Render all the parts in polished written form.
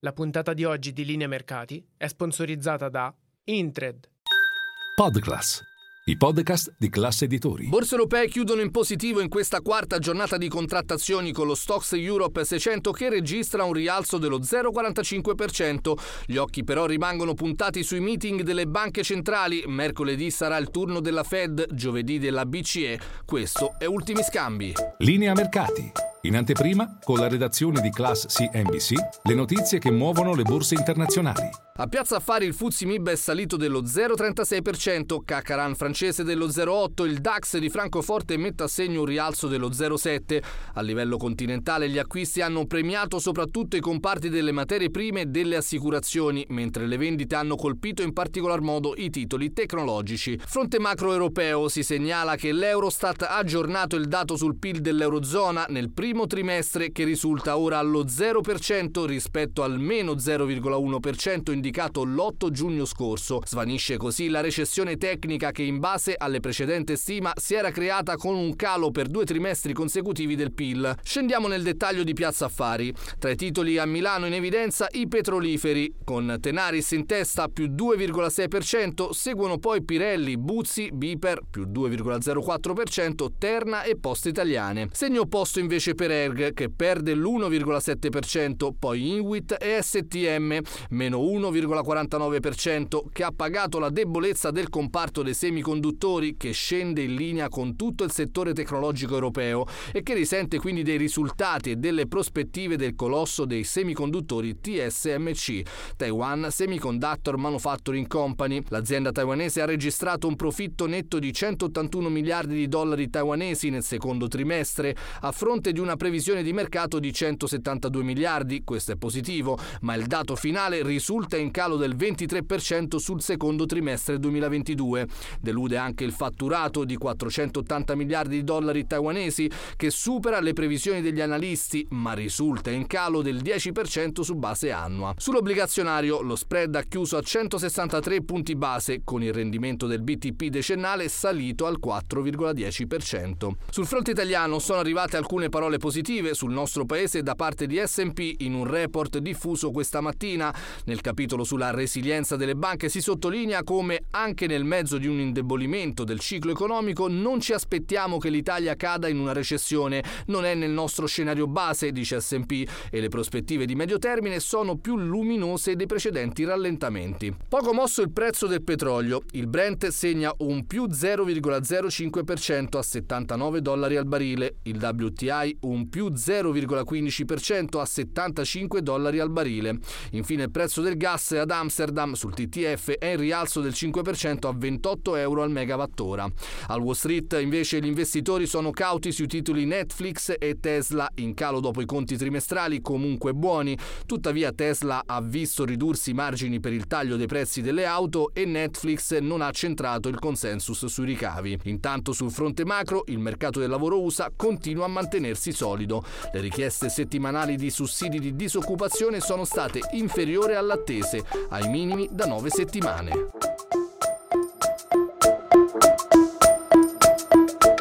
La puntata di oggi di Linea Mercati è sponsorizzata da Intred. Podclass, i podcast di Class Editori. Borse europee chiudono in positivo in questa quarta giornata di contrattazioni con lo Stoxx Europe 600 che registra un rialzo dello 0,45%. Gli occhi però rimangono puntati sui meeting delle banche centrali. Mercoledì sarà il turno della Fed, giovedì della BCE. Questo è Ultimi Scambi. Linea Mercati. In anteprima, con la redazione di Class CNBC, le notizie che muovono le borse internazionali. A Piazza Affari il FTSE MIB è salito dello 0,36%, CAC 40 francese dello 0,8%, il DAX di Francoforte mette a segno un rialzo dello 0,7%. A livello continentale gli acquisti hanno premiato soprattutto i comparti delle materie prime e delle assicurazioni, mentre le vendite hanno colpito in particolar modo i titoli tecnologici. Fronte macro europeo si segnala che l'Eurostat ha aggiornato il dato sul PIL dell'Eurozona nel primo trimestre che risulta ora allo 0% rispetto al meno 0,1% indicato l'8 giugno scorso. Svanisce così la recessione tecnica che in base alle precedenti stima si era creata con un calo per 2 trimestri consecutivi del PIL. Scendiamo nel dettaglio di Piazza Affari. Tra i titoli a Milano in evidenza i petroliferi, con Tenaris in testa più 2,6%, seguono poi Pirelli, Buzzi, Biper più 2,04%, Terna e Poste Italiane. Segno opposto invece per ERG che perde l'1,7%, poi Inwit e STM meno 1,49%, che ha pagato la debolezza del comparto dei semiconduttori che scende in linea con tutto il settore tecnologico europeo e che risente quindi dei risultati e delle prospettive del colosso dei semiconduttori TSMC, Taiwan Semiconductor Manufacturing Company. L'azienda taiwanese ha registrato un profitto netto di 181 miliardi di dollari taiwanesi nel secondo trimestre, a fronte di una previsione di mercato di 172 miliardi. Questo è positivo, ma il dato finale risulta in calo del 23% sul secondo trimestre 2022. Delude anche il fatturato di 480 miliardi di dollari taiwanesi, che supera le previsioni degli analisti, ma risulta in calo del 10% su base annua. Sull'obbligazionario lo spread ha chiuso a 163 punti base, con il rendimento del BTP decennale salito al 4,10%. Sul fronte italiano sono arrivate alcune parole positive sul nostro paese da parte di S&P in un report diffuso questa mattina. Nel capitolo sulla resilienza delle banche si sottolinea come anche nel mezzo di un indebolimento del ciclo economico non ci aspettiamo che l'Italia cada in una recessione, non è nel nostro scenario base, dice S&P, e le prospettive di medio termine sono più luminose dei precedenti rallentamenti. Poco mosso il prezzo del petrolio, il Brent segna un più 0,05% a 79 dollari al barile, il WTI un più 0,15% a 75 dollari al barile. Infine il prezzo del gas ad Amsterdam sul TTF è in rialzo del 5% a 28 euro al megawattora. Al Wall Street invece gli investitori sono cauti sui titoli Netflix e Tesla, in calo dopo i conti trimestrali comunque buoni. Tuttavia Tesla ha visto ridursi i margini per il taglio dei prezzi delle auto e Netflix non ha centrato il consensus sui ricavi. Intanto sul fronte macro il mercato del lavoro USA continua a mantenersi solido. Le richieste settimanali di sussidi di disoccupazione sono state inferiori alle attese, ai minimi da 9 settimane.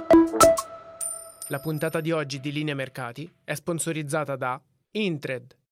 La puntata di oggi di Linea Mercati è sponsorizzata da Intred.